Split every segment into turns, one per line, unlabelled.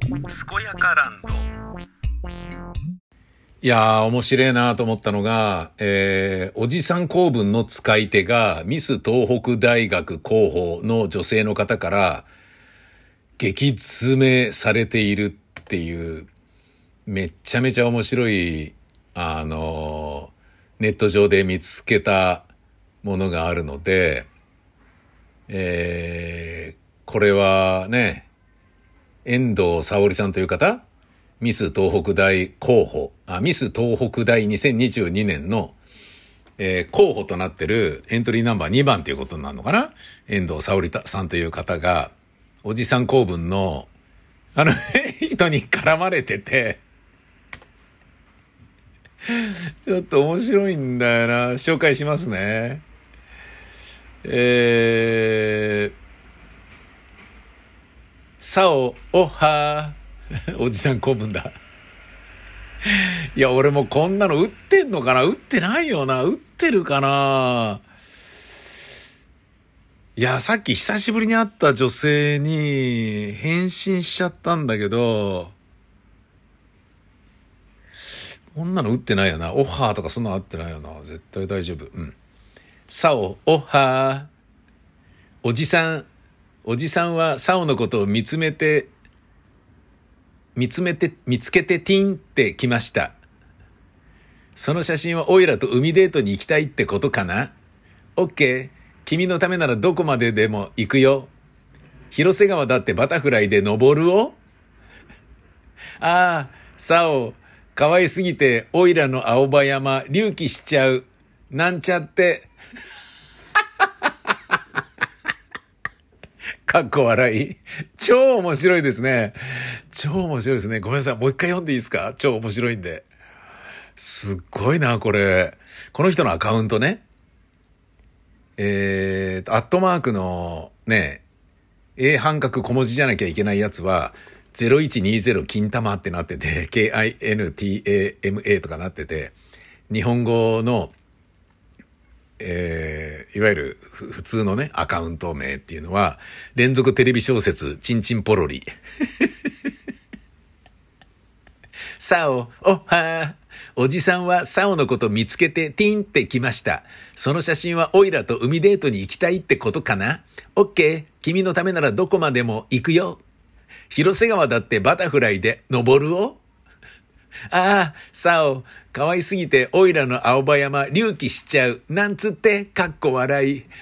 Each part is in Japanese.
健やかランド。いやー、面白いなと思ったのが、おじさん公文の使い手がミス東北大学候補の女性の方から激詰めされているっていう、めっちゃめちゃ面白い、ネット上で見つけたものがあるので、これはね、遠藤沙織さんという方、ミス東北大候補、ミス東北大2022年の、候補となってるエントリーナンバー2番ということになるのかな。遠藤沙織さんという方が、おじさん公文の、人に絡まれてて、ちょっと面白いんだよな。紹介しますね。さおはおじさん公文だ。いや、俺もこんなの打ってんのかな。打ってないよな。打ってるかな。いや、さっき久しぶりに会った女性に返信しちゃったんだけど、こんなの打ってないよな。オハーとかそんなの打ってないよな。絶対大丈夫。うん。サオ、オハー。おじさんはサオのことを見つけてティンって来ました。その写真はオイラと海デートに行きたいってことかな。オッケー。君のためならどこまででも行くよ。広瀬川だってバタフライで登るを。ああ、サオ、可愛すぎてオイラの青葉山隆起しちゃう。なんちゃって。かっこ笑い。超面白いですね。超面白いですね。ごめんなさい。もう一回読んでいいですか？超面白いんで。すっごいな、これ。この人のアカウントね。アットマークのね、A 半角小文字じゃなきゃいけないやつは、0120金玉ってなってて、KINTAMA とかなってて、日本語の、いわゆる普通のね、アカウント名っていうのは、連続テレビ小説、チンチンポロリ。サオ、おはー。おじさんはサオのこと見つけてティンって来ました。その写真はオイラと海デートに行きたいってことかな。オッケー。君のためならどこまでも行くよ。広瀬川だってバタフライで登るを。ああ、サオ、可愛すぎてオイラの青葉山隆起しちゃう。なんつって、かっこ笑い。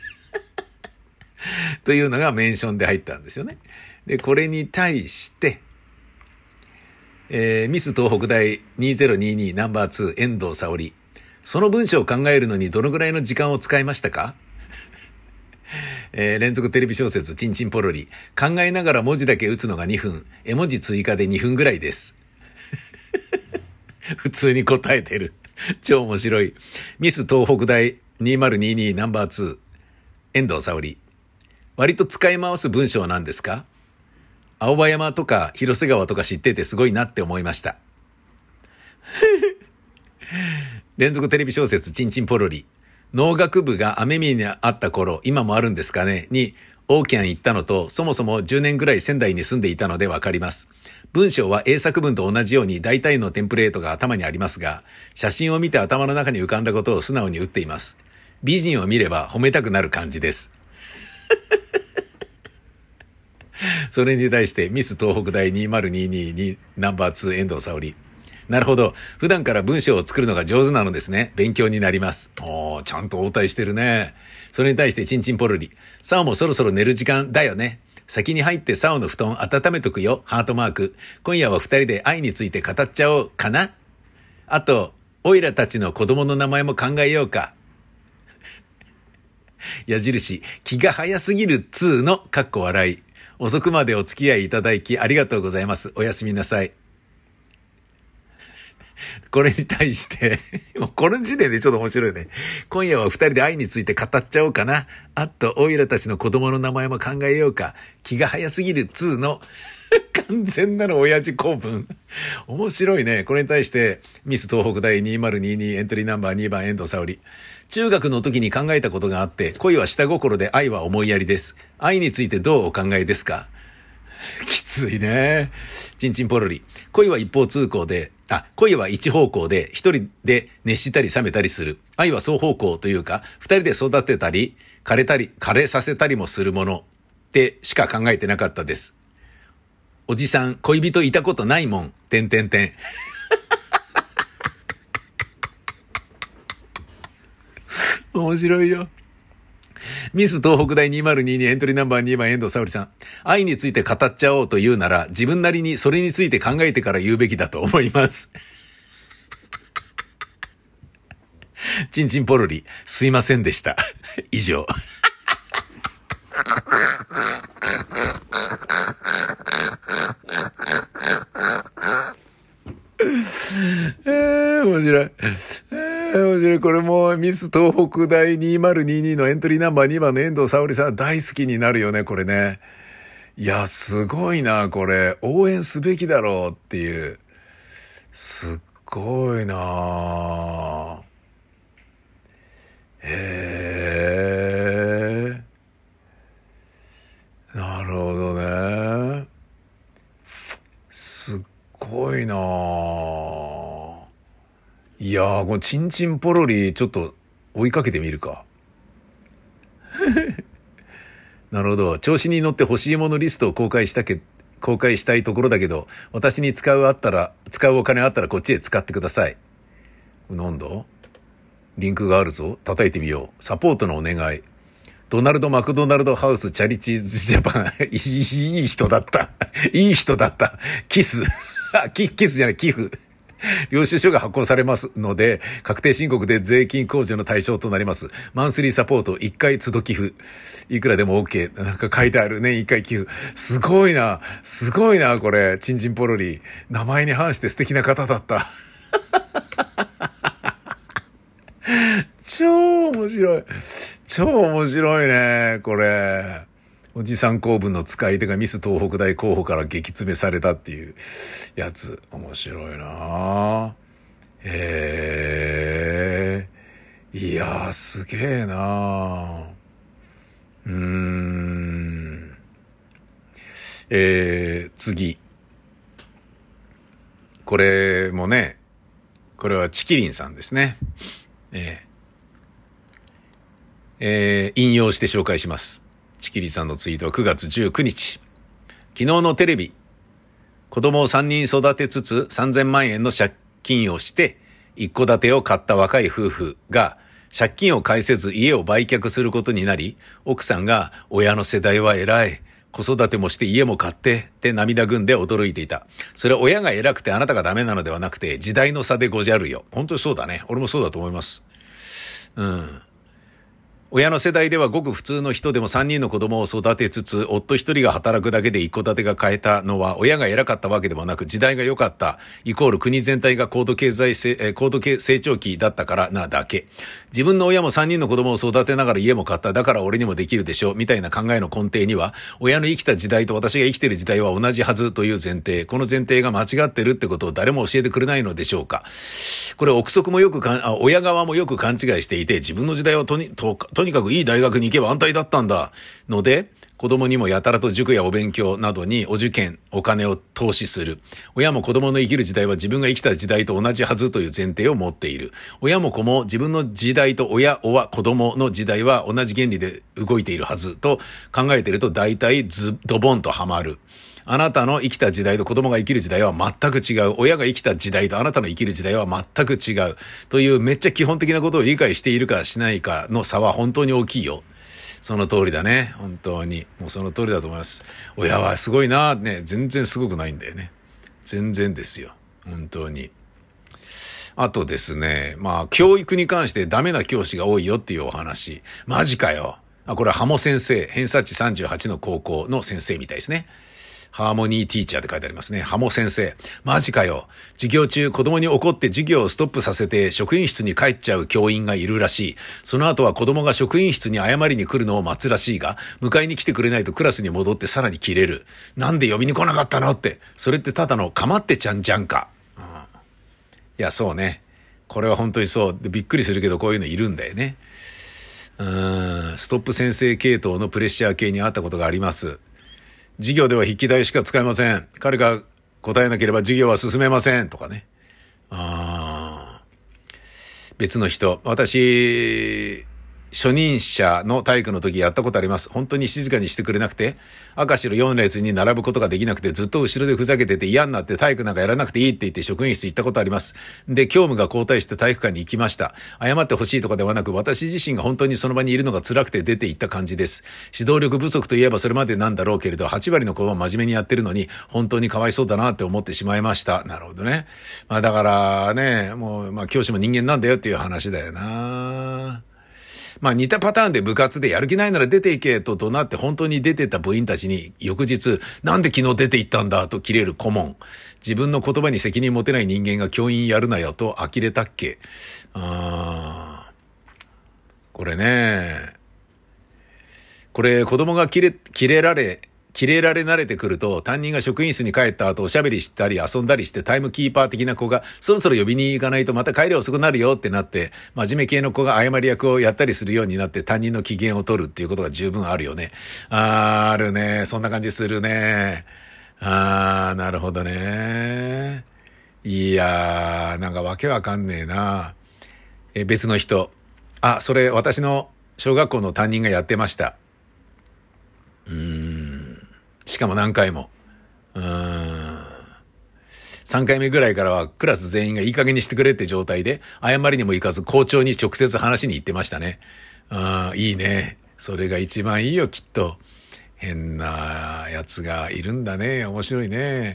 というのがメンションで入ったんですよね。で、これに対して、ミス東北大2022ナンバー2遠藤沙織。その文章を考えるのにどのぐらいの時間を使いましたか？連続テレビ小説チンチンポロリ。考えながら文字だけ打つのが2分。絵文字追加で2分ぐらいです。普通に答えてる。超面白い。ミス東北大2022ナンバー2遠藤沙織。割と使い回す文章は何ですか？青葉山とか広瀬川とか知っててすごいなって思いました。連続テレビ小説チンチンポロリ。農学部が雨宮にあった頃、今もあるんですかねに、オーキャン行ったのと、そもそも10年ぐらい仙台に住んでいたのでわかります。文章は英作文と同じように大体のテンプレートが頭にありますが、写真を見て頭の中に浮かんだことを素直に打っています。美人を見れば褒めたくなる感じです。それに対してミス東北大2022ナンバー2遠藤沙織。なるほど。普段から文章を作るのが上手なのですね。勉強になります。ちゃんと応対してるね。それに対してチンチンポロリ。サオもそろそろ寝る時間だよね。先に入ってサオの布団温めとくよ。ハートマーク。今夜は二人で愛について語っちゃおうかな。あと、オイラたちの子供の名前も考えようか。矢印。気が早すぎる2のかっこ笑い。遅くまでお付き合いいただきありがとうございます。おやすみなさい。これに対して、もうこの時点でちょっと面白いね。今夜は二人で愛について語っちゃおうかな。あと、オイラたちの子供の名前も考えようか。気が早すぎる2の完全なる親父公文。面白いね。これに対して、ミス東北大2022エントリーナンバー2番遠藤沙織。中学の時に考えたことがあって、恋は下心で愛は思いやりです。愛についてどうお考えですか？ きついね。ちんちんポロリ。恋は一方通行で、恋は一方向で、一人で熱したり冷めたりする。愛は双方向というか、二人で育てたり、枯れさせたりもするものってしか考えてなかったです。おじさん、恋人いたことないもん。てんてんてん。面白いよ。ミス東北大2022エントリーナンバー2番遠藤沙織さん。愛について語っちゃおうと言うなら、自分なりにそれについて考えてから言うべきだと思います。ちんちんポロリ、すいませんでした。以上。面白い。面白い。これもミス東北大2022のエントリーナンバー2番の遠藤沙織さん大好きになるよね、これね。いや、すごいな、これ。応援すべきだろうっていう。すっごいななるほどね。すっごいないやー、このチンチンポロリちょっと追いかけてみるか。なるほど。調子に乗って欲しいものリストを公開したいところだけど、私に使うお金あったらこっちへ使ってください。なんだ？リンクがあるぞ。叩いてみよう。サポートのお願い。ドナルド・マクドナルド・ハウス・チャリティーズ・ジャパン。いい人だった。いい人だった。キスじゃない、寄付。領収書が発行されますので、確定申告で税金控除の対象となります。マンスリーサポート、1回都度寄付。いくらでも OK。なんか書いてあるね、1回寄付。すごいな、これ。チンチンポロリ。名前に反して素敵な方だった。超面白いね、これ。おじさん公文の使い手がミス東北大候補から激詰めされたっていうやつ。面白いないやー、すげえな次。これもね、これはチキリンさんですね。引用して紹介します。チキリンさんのツイートは9月19日。昨日のテレビ。子供を3人育てつつ3000万円の借金をして一戸建てを買った若い夫婦が借金を返せず家を売却することになり、奥さんが親の世代は偉い。子育てもして家も買ってって涙ぐんで驚いていた。それは親が偉くてあなたがダメなのではなくて時代の差でごじゃるよ。本当にそうだね。俺もそうだと思います。親の世代ではごく普通の人でも3人の子供を育てつつ、夫一人が働くだけで一戸建てが買えたのは、親が偉かったわけでもなく、時代が良かった、イコール国全体が高度成長期だったからなだけ。自分の親も3人の子供を育てながら家も買った、だから俺にもできるでしょ、みたいな考えの根底には、親の生きた時代と私が生きている時代は同じはずという前提。この前提が間違ってるってことを誰も教えてくれないのでしょうか。これ憶測も親側もよく勘違いしていて、自分の時代はとにかくいい大学に行けば安泰だったんだ。ので、子供にもやたらと塾やお勉強などにお受験、お金を投資する。親も子供の生きる時代は自分が生きた時代と同じはずという前提を持っている。親も子も自分の時代と子供の時代は同じ原理で動いているはずと考えていると大体ドボンとはまる。あなたの生きた時代と子供が生きる時代は全く違う。親が生きた時代とあなたの生きる時代は全く違う。というめっちゃ基本的なことを理解しているかしないかの差は本当に大きいよ。その通りだね。本当に。もうその通りだと思います。親はすごいなね。全然すごくないんだよね。全然ですよ。本当に。あとですね。教育に関してダメな教師が多いよっていうお話。マジかよ。これはハモ先生。偏差値38の高校の先生みたいですね。ハーモニーティーチャーって書いてありますね。ハモ先生。マジかよ。授業中子供に怒って授業をストップさせて職員室に帰っちゃう教員がいるらしい。その後は子供が職員室に謝りに来るのを待つらしいが、迎えに来てくれないとクラスに戻ってさらにキレる。なんで呼びに来なかったのって。それってただのかまってちゃんじゃんか。いや、そうね。これは本当にそう。で、びっくりするけどこういうのいるんだよね。ストップ先生系統のプレッシャー系にあったことがあります。 授業では筆記体しか使えません。彼が答えなければ授業は進めません。とかね。別の人。私、初任者の体育の時やったことあります。本当に静かにしてくれなくて、赤白4列に並ぶことができなくて、ずっと後ろでふざけてて嫌になって体育なんかやらなくていいって言って職員室行ったことあります。で、教務が交代して体育館に行きました。謝ってほしいとかではなく、私自身が本当にその場にいるのが辛くて出て行った感じです。指導力不足といえばそれまでなんだろうけれど、8割の子は真面目にやってるのに、本当にかわいそうだなって思ってしまいました。なるほどね。だからね、もう、教師も人間なんだよっていう話だよな。似たパターンで部活でやる気ないなら出ていけと怒鳴って本当に出てった部員たちに翌日なんで昨日出て行ったんだと切れる顧問。自分の言葉に責任持てない人間が教員やるなよと呆れたっけ。これね。これ子供が切れられ慣れてくると、担任が職員室に帰った後おしゃべりしたり遊んだりしてタイムキーパー的な子がそろそろ呼びに行かないとまた帰り遅くなるよってなって、真面目系の子が謝り役をやったりするようになって担任の機嫌を取るっていうことが十分あるよね。あるね。そんな感じするね。なるほどね。いやー、なんかわけわかんねえな。別の人。それ私の小学校の担任がやってました。しかも何回も。3回目ぐらいからはクラス全員がいい加減にしてくれって状態で、謝りにも行かず校長に直接話しに行ってましたね。いいね。それが一番いいよ、きっと。変なやつがいるんだね。面白いね。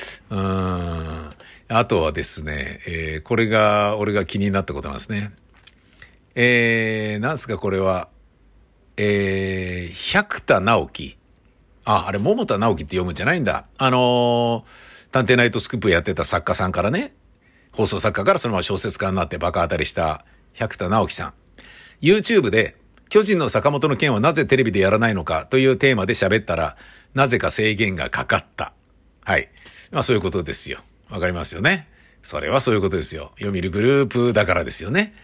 あとはですね、これが俺が気になったことなんですね。なんすかこれは。百田直樹。あれ、桃田直樹って読むんじゃないんだ。探偵ナイトスクープやってた作家さんからね、放送作家からそのまま小説家になってバカ当たりした百田直樹さん。YouTube で、巨人の坂本の件はなぜテレビでやらないのかというテーマで喋ったら、なぜか制限がかかった。はい。そういうことですよ。わかりますよね。それはそういうことですよ。読売グループだからですよね。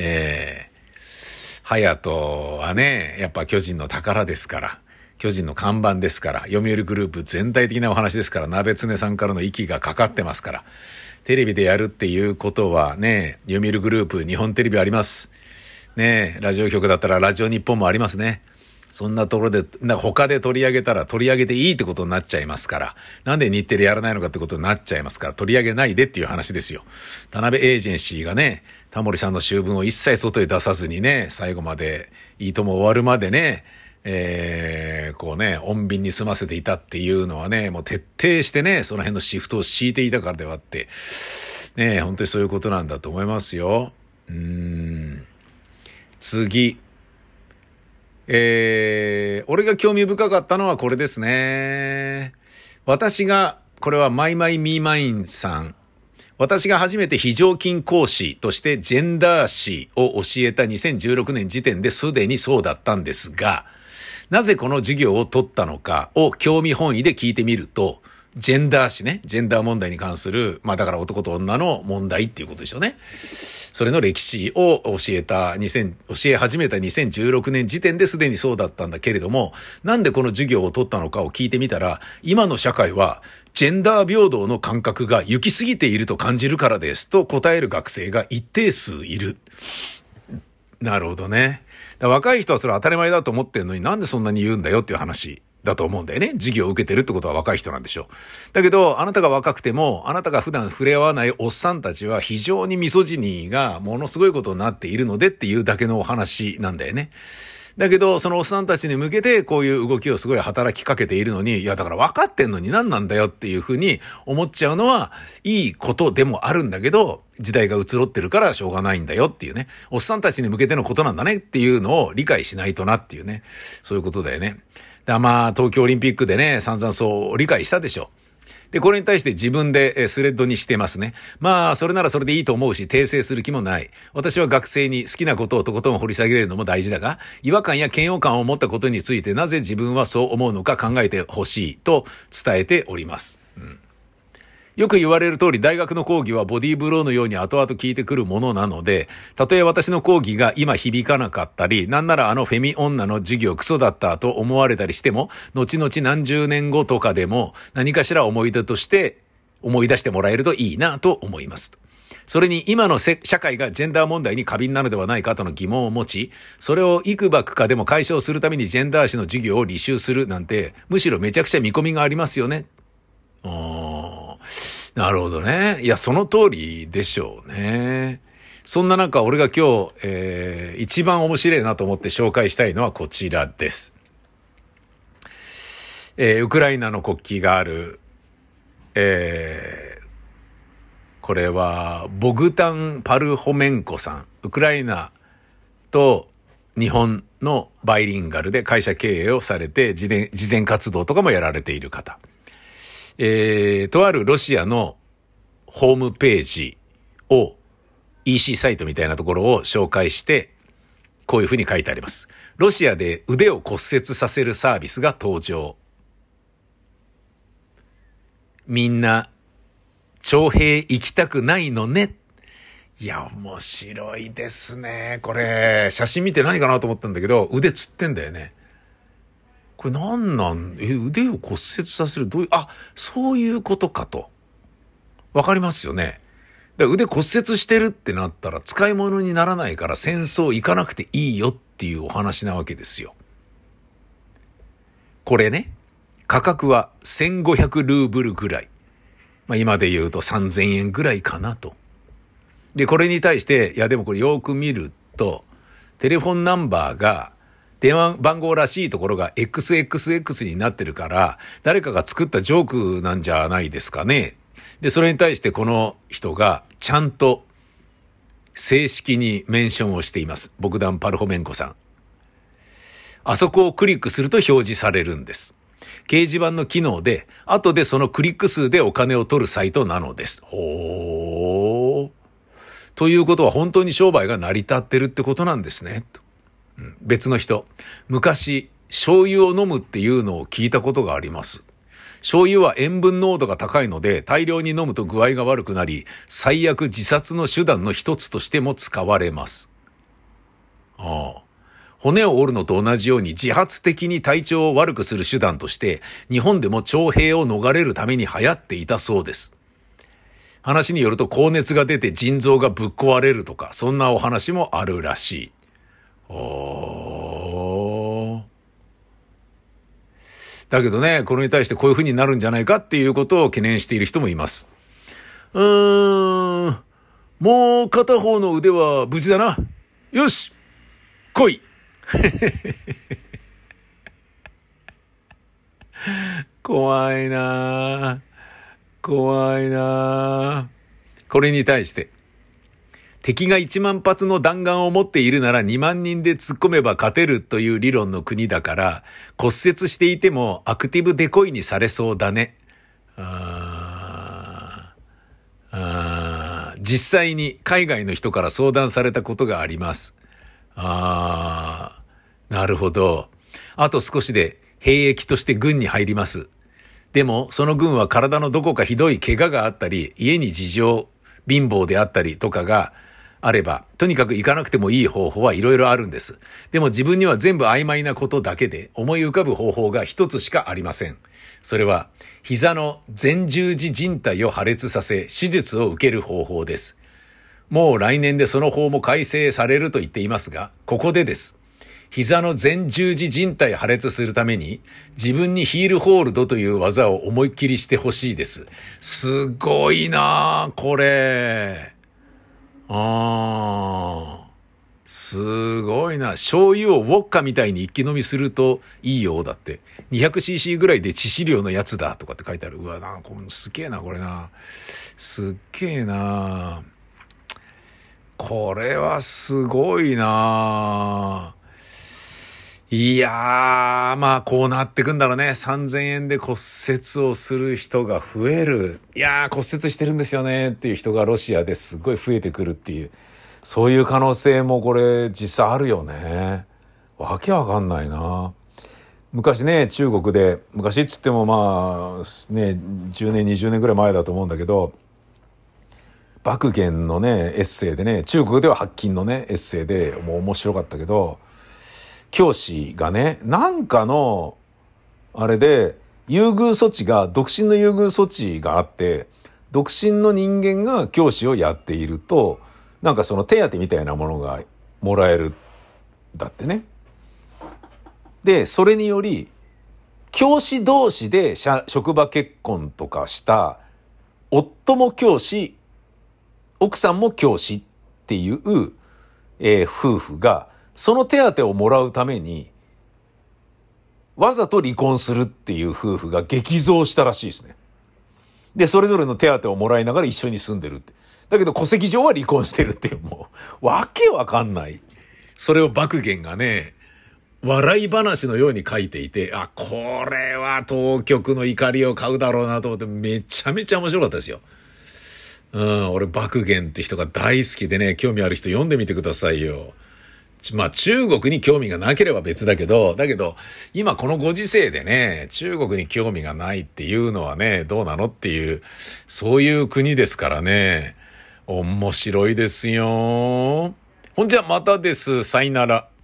隼人はね、やっぱ巨人の宝ですから。巨人の看板ですから。読売グループ全体的なお話ですから。鍋常さんからの息がかかってますから。テレビでやるっていうことはね、読売グループ、日本テレビあります。ね、ラジオ局だったらラジオ日本もありますね。そんなところで、他で取り上げたら取り上げていいってことになっちゃいますから。なんで日テレやらないのかってことになっちゃいますから。取り上げないでっていう話ですよ。田辺エージェンシーがね、タモリさんの習文を一切外へ出さずにね、最後まで、いいとも終わるまでね、穏便に済ませていたっていうのはね、もう徹底してね、その辺のシフトを敷いていたからではって、ね、本当にそういうことなんだと思いますよ。次。俺が興味深かったのはこれですね。私が、これはマイマイミーマインさん。私が初めて非常勤講師としてジェンダー史を教えた2016年時点ですでにそうだったんですが、なぜこの授業を取ったのかを興味本位で聞いてみると、ジェンダー史ね、ジェンダー問題に関する、だから男と女の問題っていうことでしょうね。それの歴史を教え始めた2016年時点ですでにそうだったんだけれども、なんでこの授業を取ったのかを聞いてみたら、今の社会はジェンダー平等の感覚が行き過ぎていると感じるからですと答える学生が一定数いる。なるほどね。若い人はそれは当たり前だと思ってんのになんでそんなに言うんだよっていう話だと思うんだよね。授業を受けてるってことは若い人なんでしょう。だけど、あなたが若くても、あなたが普段触れ合わないおっさんたちは非常にミソジニーがものすごいことになっているのでっていうだけのお話なんだよね。だけど、そのおっさんたちに向けてこういう動きをすごい働きかけているのに、いやだから分かってんのに何なんだよっていうふうに思っちゃうのはいいことでもあるんだけど、時代が移ろってるからしょうがないんだよっていうね。おっさんたちに向けてのことなんだねっていうのを理解しないとなっていうね。そういうことだよね。東京オリンピックでね、散々そう理解したでしょ。で、これに対して自分でスレッドにしてますね。それならそれでいいと思うし、訂正する気もない。私は学生に好きなことをとことん掘り下げるのも大事だが、違和感や嫌悪感を持ったことについてなぜ自分はそう思うのか考えてほしいと伝えております。 よく言われる通り大学の講義はボディーブローのように後々聞いてくるものなので、たとえ私の講義が今響かなかったり、なんならあのフェミ女の授業クソだったと思われたりしても、後々何十年後とかでも何かしら思い出として思い出してもらえるといいなと思います。それに今の社会がジェンダー問題に過敏なのではないかとの疑問を持ち、それを幾ばくかでも解消するためにジェンダー史の授業を履修するなんて、むしろめちゃくちゃ見込みがありますよね。なるほどね。いや、その通りでしょうね。そんな中、俺が今日、一番面白いなと思って紹介したいのはこちらです。ウクライナの国旗がある、これはボグタン・パルホメンコさん。ウクライナと日本のバイリンガルで会社経営をされて、慈善活動とかもやられている方。とあるロシアのホームページを EC サイトみたいなところを紹介して、こういうふうに書いてあります。ロシアで腕を骨折させるサービスが登場。みんな、徴兵行きたくないのね。いや、面白いですね。これ、写真見てないかなと思ったんだけど、腕つってんだよね。これ腕を骨折させる、そういうことかと。わかりますよね。だから腕骨折してるってなったら使い物にならないから戦争行かなくていいよっていうお話なわけですよ。これね、価格は1500ルーブルぐらい。今で言うと3000円ぐらいかなと。で、これに対して、でもこれよく見ると、テレフォンナンバーが、電話番号らしいところが XXX になってるから、誰かが作ったジョークなんじゃないですかね。で、それに対してこの人がちゃんと正式にメンションをしています。ボグダン・パルホメンコさん。あそこをクリックすると表示されるんです。掲示板の機能で、後でそのクリック数でお金を取るサイトなのです。ほー。ということは本当に商売が成り立ってるってことなんですね。別の人、昔、醤油を飲むっていうのを聞いたことがあります。醤油は塩分濃度が高いので、大量に飲むと具合が悪くなり、最悪自殺の手段の一つとしても使われます。骨を折るのと同じように自発的に体調を悪くする手段として、日本でも徴兵を逃れるために流行っていたそうです。話によると高熱が出て腎臓がぶっ壊れるとか、そんなお話もあるらしい。だけどね、これに対してこういう風になるんじゃないかっていうことを懸念している人もいます。もう片方の腕は無事だな。よし来い怖いなこれに対して、敵が1万発の弾丸を持っているなら2万人で突っ込めば勝てるという理論の国だから、骨折していてもアクティブデコイにされそうだね。実際に海外の人から相談されたことがあります。なるほど。あと少しで兵役として軍に入ります。でもその軍は体のどこかひどい怪我があったり、家に事情、貧乏であったりとかがあれば、とにかく行かなくてもいい方法はいろいろあるんです。でも自分には全部曖昧なことだけで思い浮かぶ方法が一つしかありません。それは膝の前十字靭帯を破裂させ手術を受ける方法です。もう来年でその法も改正されると言っていますが、ここでです。膝の前十字靭帯破裂するために自分にヒールホールドという技を思いっきりしてほしいです。すごいなこれ。すごいな。醤油をウォッカみたいに一気飲みするといいよ。だって。200cc ぐらいで致死量のやつだとかって書いてある。うわ、すげえな、これな。すっげえな。これはすごいな。いやー、こうなってくんだろうね。3000円で骨折をする人が増える。いやー、骨折してるんですよねっていう人がロシアですごい増えてくるっていう。そういう可能性もこれ実際あるよね。わけわかんないな。 昔ね、中国で、昔っつってもまあ、ね、10年、20年ぐらい前だと思うんだけど、爆言のね、エッセイでね、中国では白金のね、エッセイでもう面白かったけど、教師がね、なんかの、あれで、優遇措置が、独身の優遇措置があって、独身の人間が教師をやっていると、なんかその手当みたいなものがもらえる、だってね。で、それにより、教師同士で職場結婚とかした、夫も教師、奥さんも教師っていう、夫婦が、その手当をもらうために、わざと離婚するっていう夫婦が激増したらしいですね。で、それぞれの手当をもらいながら一緒に住んでるって。だけど戸籍上は離婚してるっていう、もう、わけわかんない。それを爆言がね、笑い話のように書いていて、あ、これは当局の怒りを買うだろうなと思って、めちゃめちゃ面白かったですよ。俺、爆言って人が大好きでね、興味ある人読んでみてくださいよ。まあ中国に興味がなければ別だけど、今このご時世でね、中国に興味がないっていうのはね、どうなのっていう、そういう国ですからね、面白いですよ。ほんじゃまたです。さいなら。